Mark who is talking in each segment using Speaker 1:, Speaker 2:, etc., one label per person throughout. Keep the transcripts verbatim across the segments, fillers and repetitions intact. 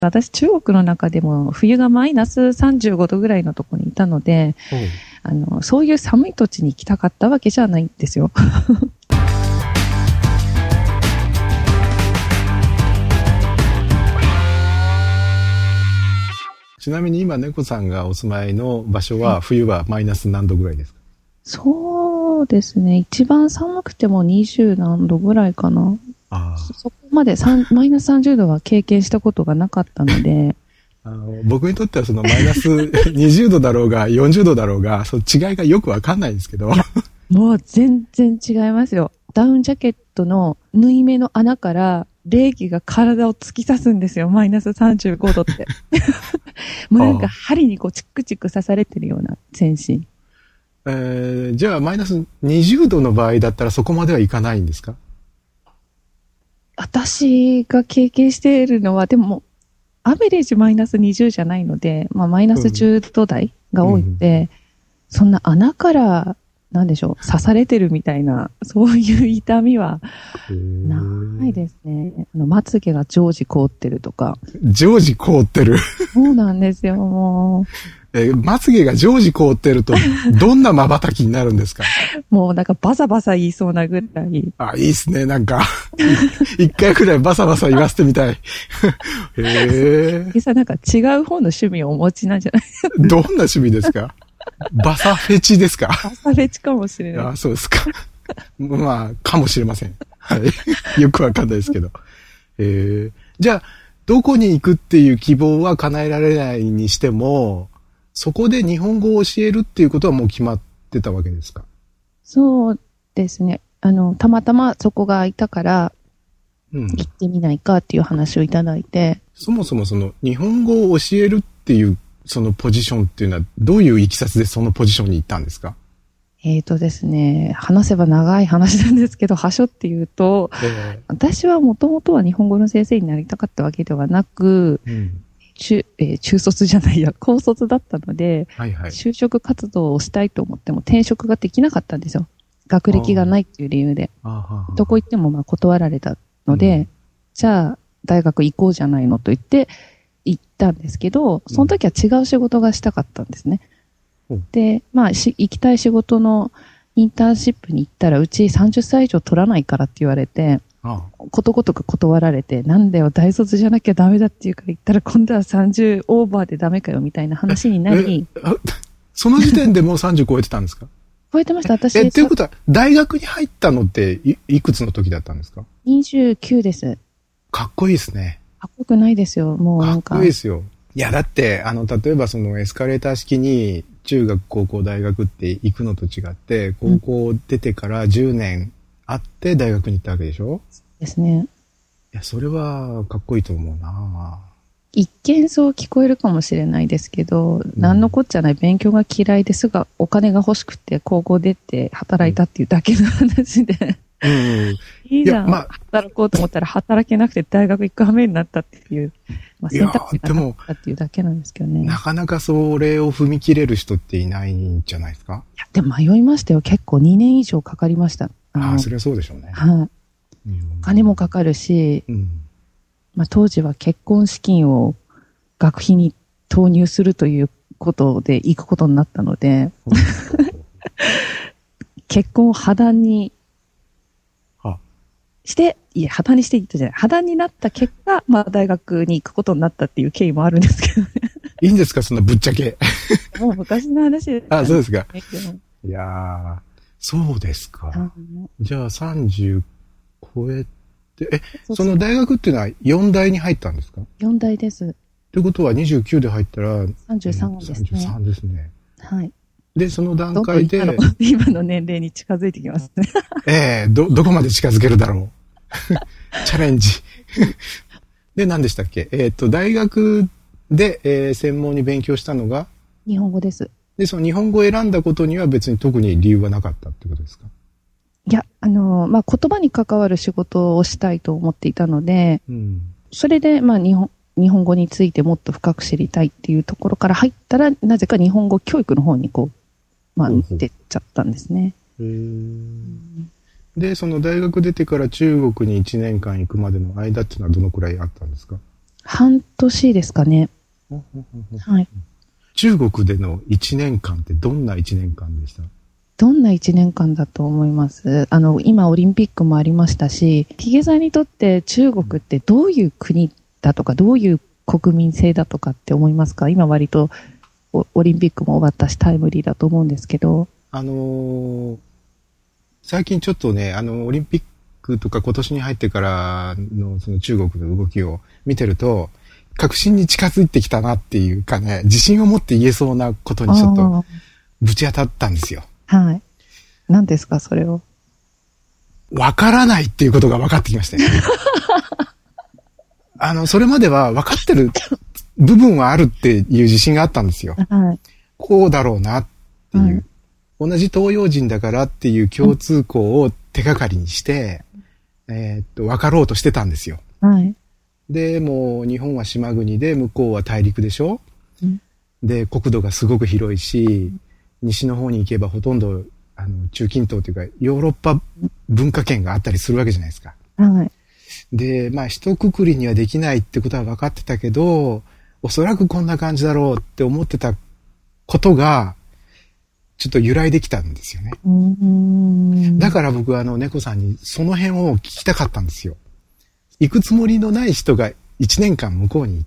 Speaker 1: 私中国の中でも冬がマイナスさんじゅうごどぐらいのところにいたので、あの、そういう寒い土地に行きたかったわけじゃないんですよ。
Speaker 2: ちなみに今猫さんがお住まいの場所は冬はマイナス何度ぐらいですか？
Speaker 1: そうですね。一番寒くてもにじゅう何度ぐらいかな。あそ, そこまでマイナスさんじゅうどは経験したことがなかったので。
Speaker 2: あの僕にとってはそのマイナスにじゅうどだろうがよんじゅうどだろうが、その違いがよくわかんないんですけど。
Speaker 1: もう全然違いますよ。ダウンジャケットの縫い目の穴から冷気が体を突き刺すんですよ。マイナスさんじゅうごどって。もうなんか針にこうチクチク刺されてるような全身。
Speaker 2: えー、じゃあマイナスにじゅうどの場合だったらそこまではいかないんですか？
Speaker 1: 私が経験しているのは、でも、アベレージマイナスにじゅうじゃないので、まあマイナスじゅうど台が多いので、うんうん、そんな穴から、なんでしょう、刺されてるみたいな、そういう痛みは、ないですね。あの、まつげが常時凍ってるとか。
Speaker 2: 常時凍ってる
Speaker 1: そうなんですよ、もう。
Speaker 2: えー、まつげが常時凍ってると、どんな瞬きになるんですか？
Speaker 1: もうなんかバサバサ言いそうなぐらい。
Speaker 2: あ、いいっすね、なんか。一回くらいバサバサ言わせてみたい。へ
Speaker 1: え。実際なんか違う方の趣味をお持ちなんじゃない？
Speaker 2: どんな趣味ですか？バサフェチですか？
Speaker 1: バサフェチかもしれない。
Speaker 2: あ、そうですか。まあ、かもしれません。はい。よくわかんないですけど。えー、じゃあ、どこに行くっていう希望は叶えられないにしても、そこで日本語を教えるっていうことはもう決まってたわけですか？
Speaker 1: そうですね。あの、たまたまそこが空いたから、行ってみないかっていう話をいただいて。
Speaker 2: うん、そもそもその日本語を教えるっていうそのポジションっていうのはどういういきさつでそのポジションに行ったんですか？
Speaker 1: えーとですね、話せば長い話なんですけど、はしょって言うと、えー、私はもともとは日本語の先生になりたかったわけではなく、うん中, えー、中卒じゃないや、高卒だったので、はいはい、就職活動をしたいと思っても転職ができなかったんですよ。学歴がないっていう理由で。どこ行ってもまあ断られたので、うん、じゃあ大学行こうじゃないのと言って行ったんですけど、その時は違う仕事がしたかったんですね。うん、で、まあし、行きたい仕事のインターンシップに行ったらうちさんじゅっさい以上取らないからって言われて、ああことごとく断られて、なんだよ、大卒じゃなきゃダメだっていうから言ったら、今度はさんじゅうオーバーでダメかよ、みたいな話になり。
Speaker 2: その時点でもうさんじゅう超えてたんですか？
Speaker 1: 超えてました、私。
Speaker 2: え、っていうことは、大学に入ったのってい、いくつの時だったんですか？
Speaker 1: にじゅうきゅうです。
Speaker 2: かっこいいですね。
Speaker 1: かっこよくないですよ、もうなんか。
Speaker 2: かっこいいですよ。いや、だって、あの、例えばそのエスカレーター式に、中学、高校、大学って行くのと違って、高校出てからじゅうねんあって大学に行ったわけでしょ？
Speaker 1: ですね。
Speaker 2: いや、それはかっこいいと思うな。
Speaker 1: 一見そう聞こえるかもしれないですけど、うん、何のこっちゃない勉強が嫌いですが、お金が欲しくて高校出て働いたっていうだけの話で。うん、いいじゃん、まあ、働こうと思ったら働けなくて大学行く羽目になったっていう、まあ、選択肢がなかったっていうだけなんですけどね。
Speaker 2: なかなかそれを踏み切れる人っていないんじゃないですか？
Speaker 1: いや、でも迷いましたよ。結構にねん以上かかりました。
Speaker 2: ああ、それはそうでしょうね。
Speaker 1: はい、あ。お金もかかるし、うん、まあ、当時は結婚資金を学費に投入するということで行くことになったので、結婚を破談にして、いや、破談にしていったじゃない。破談になった結果、まあ大学に行くことになったっていう経緯もあるんですけどね。
Speaker 2: いいんですか、そんなぶっちゃけ。
Speaker 1: もう昔の話です、ね。
Speaker 2: あ、そうですか。いやー、そうですか。じゃあさんじゅう超えて、え、そ, その大学っていうのはよん大に入ったんですか？
Speaker 1: よん大です。
Speaker 2: ってことはにじゅうきゅうで入ったら、
Speaker 1: さんじゅうさんですね。さんじゅうさん
Speaker 2: ですね。
Speaker 1: はい。
Speaker 2: で、その段階で。
Speaker 1: どんどん今の年齢に近づいてきますね。
Speaker 2: ええー、ど、どこまで近づけるだろう。チャレンジ。で、何でしたっけ？えっ、ー、と、大学で、えー、専門に勉強したのが
Speaker 1: 日本語です。
Speaker 2: で、その日本語を選んだことには別に特に理由はなかったってことですか？
Speaker 1: いや、あの、まあ、言葉に関わる仕事をしたいと思っていたので、うん、それで、まあ、日本、日本語についてもっと深く知りたいっていうところから入ったら、なぜか日本語教育の方にこう、まあ、出っちゃったんですね。
Speaker 2: へー。で、その大学出てから中国にいちねんかん行くまでの間っていうのはどのくらいあったんですか？
Speaker 1: 半年ですかね。はい。
Speaker 2: 中国でのいちねんかんってどんないちねんかんでした？
Speaker 1: どんないちねんかんだと思います？あの、今オリンピックもありましたし、ヒゲさんにとって中国ってどういう国だとか、どういう国民性だとかって思いますか？今割とオリンピックも終わったしタイムリーだと思うんですけど。
Speaker 2: あのー、最近ちょっとね、あの、オリンピックとか今年に入ってからのその中国の動きを見てると、確信に近づいてきたなっていうかね、自信を持って言えそうなことにちょっとぶち当たったんですよ。
Speaker 1: はい。何ですか、それを。
Speaker 2: わからないっていうことが分かってきましたね。あの、それまでは分かってる部分はあるっていう自信があったんですよ。はい、こうだろうなっていう、うん。同じ東洋人だからっていう共通項を手がかりにして、うん、えー、っと、分かろうとしてたんですよ。はい。で、もう日本は島国で向こうは大陸でしょ、うん、で、国土がすごく広いし、西の方に行けばほとんどあの中近東というかヨーロッパ文化圏があったりするわけじゃないですか。はい。で、まあ一括りにはできないってことは分かってたけど、おそらくこんな感じだろうって思ってたことが、ちょっと由来できたんですよね。うーん、だから僕はあの猫さんにその辺を聞きたかったんですよ。行くつもりのない人がいちねんかん向こうに行って、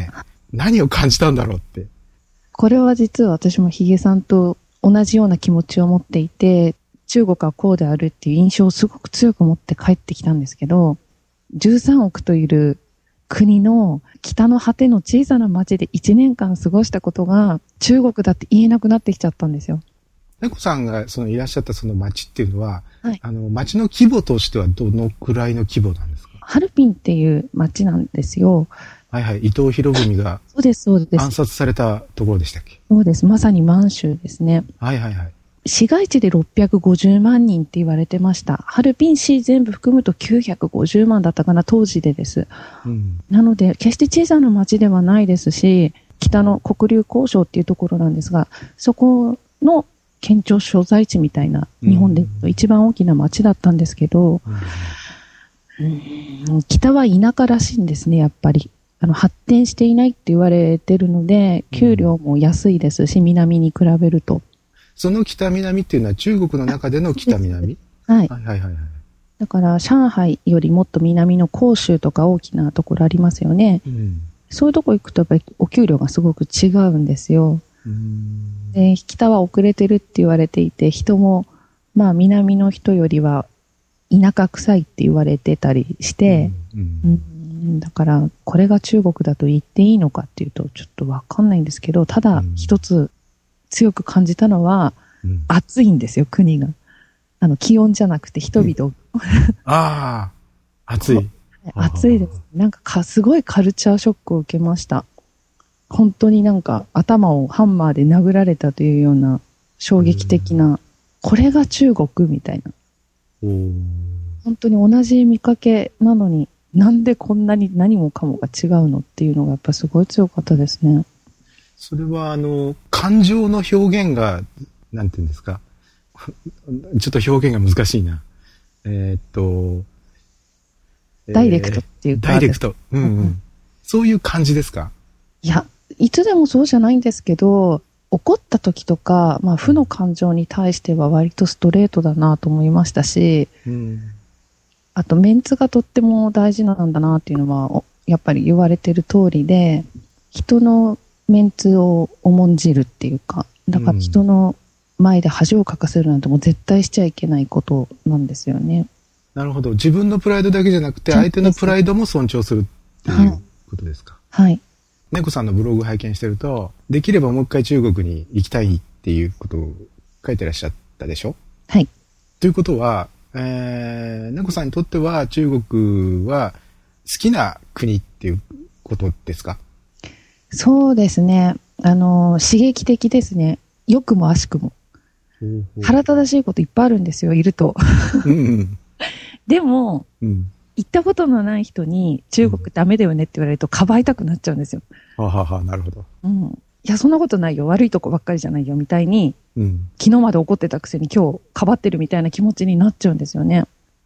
Speaker 2: 何を感じたんだろうって。
Speaker 1: これは実は私もヒゲさんと同じような気持ちを持っていて、中国はこうであるっていう印象をすごく強く持って帰ってきたんですけど、じゅうさんおくといる国の北の果ての小さな町でいちねんかん過ごしたことが中国だって言えなくなってきちゃったんですよ。
Speaker 2: 猫さんがそのいらっしゃったその町っていうのは、はい、あの町の規模としてはどのくらいの規模なんですか？
Speaker 1: ハルピンっていう町なんですよ。
Speaker 2: はいはい。伊藤博文が
Speaker 1: そうですそうです。
Speaker 2: 暗殺されたところでしたっけ？
Speaker 1: そうです。まさに満州ですね。
Speaker 2: はいはいはい。
Speaker 1: 市街地でろっぴゃくごじゅうまんにんって言われてました。ハルピン市全部含むときゅうひゃくごじゅうまんだったかな、当時でです。うん、なので、決して小さな町ではないですし、北の黒竜江省っていうところなんですが、そこの県庁所在地みたいな、日本で一番大きな町だったんですけど、うんうん、北は田舎らしいんですね、やっぱり。あの、発展していないって言われてるので、給料も安いですし、南に比べると。
Speaker 2: その北南っていうのは中国の中での北南？はい。はいはいはい。
Speaker 1: だから、上海よりもっと南の広州とか大きなところありますよね。うん、そういうとこ行くと、やっぱりお給料がすごく違うんですよ。うんで、北は遅れてるって言われていて、人も、まあ南の人よりは田舎臭いって言われてたりして、うんうんうん、だから、これが中国だと言っていいのかっていうと、ちょっとわかんないんですけど、ただ一つ強く感じたのは、うん、暑いんですよ、国が。あの、気温じゃなくて人々。うん、
Speaker 2: ああ、暑い。
Speaker 1: 暑いです。なんかか、すごいカルチャーショックを受けました。本当になんか頭をハンマーで殴られたというような衝撃的な、これが中国みたいな。本当に同じ見かけなのに、なんでこんなに何もかもが違うのっていうのがやっぱすごい強かったですね。
Speaker 2: それはあの、感情の表現が、なんていうんですか。ちょっと表現が難しいな。えー、っと、
Speaker 1: ダイレクトっていうか、
Speaker 2: ダイレクト。うんうん。そういう感じですか？
Speaker 1: いや、いつでもそうじゃないんですけど、怒った時とか、まあ、負の感情に対しては割とストレートだなと思いましたし、うん、あとメンツがとっても大事なんだなっていうのは、やっぱり言われてる通りで、人のメンツを重んじるっていうか、だから人の前で恥をかかせるなんてもう絶対しちゃいけないことなんですよね。
Speaker 2: なるほど。自分のプライドだけじゃなくて、相手のプライドも尊重するっていうことですか？はい。はい猫さんのブログ拝見してると、できればもう一回中国に行きたいっていうことを書いてらっしゃったでしょ？はい。ということは、えー、猫さんにとっては中国は好きな国っていうことですか？
Speaker 1: そうですね。あの、刺激的ですね。良くも悪しくも。ほうほう腹立たしいこといっぱいあるんですよ、いると。うんうん、でも、うん行ったことのない人に中国ダメだよねって言われるとかばいたくなっちゃうんですよ。
Speaker 2: はははなるほど。
Speaker 1: うん。いや、そんなことないよ。悪いとこばっかりじゃないよ。みたいに、うん、昨日まで怒ってたくせに今日かばってるみたいな気持ちになっちゃうんですよね。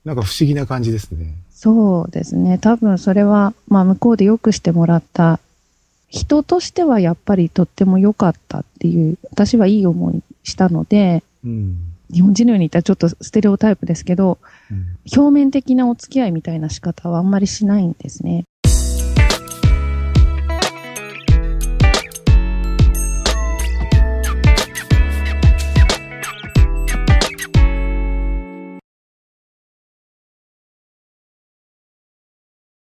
Speaker 2: なんか不思議な感じですね。
Speaker 1: そうですね。多分それは、まあ向こうで良くしてもらった人としてはやっぱりとっても良かったっていう、私はいい思いしたので、うん、日本人のように言ったらちょっとステレオタイプですけど、うん、表面的なお付き合いみたいな仕方はあんまりしないんですね。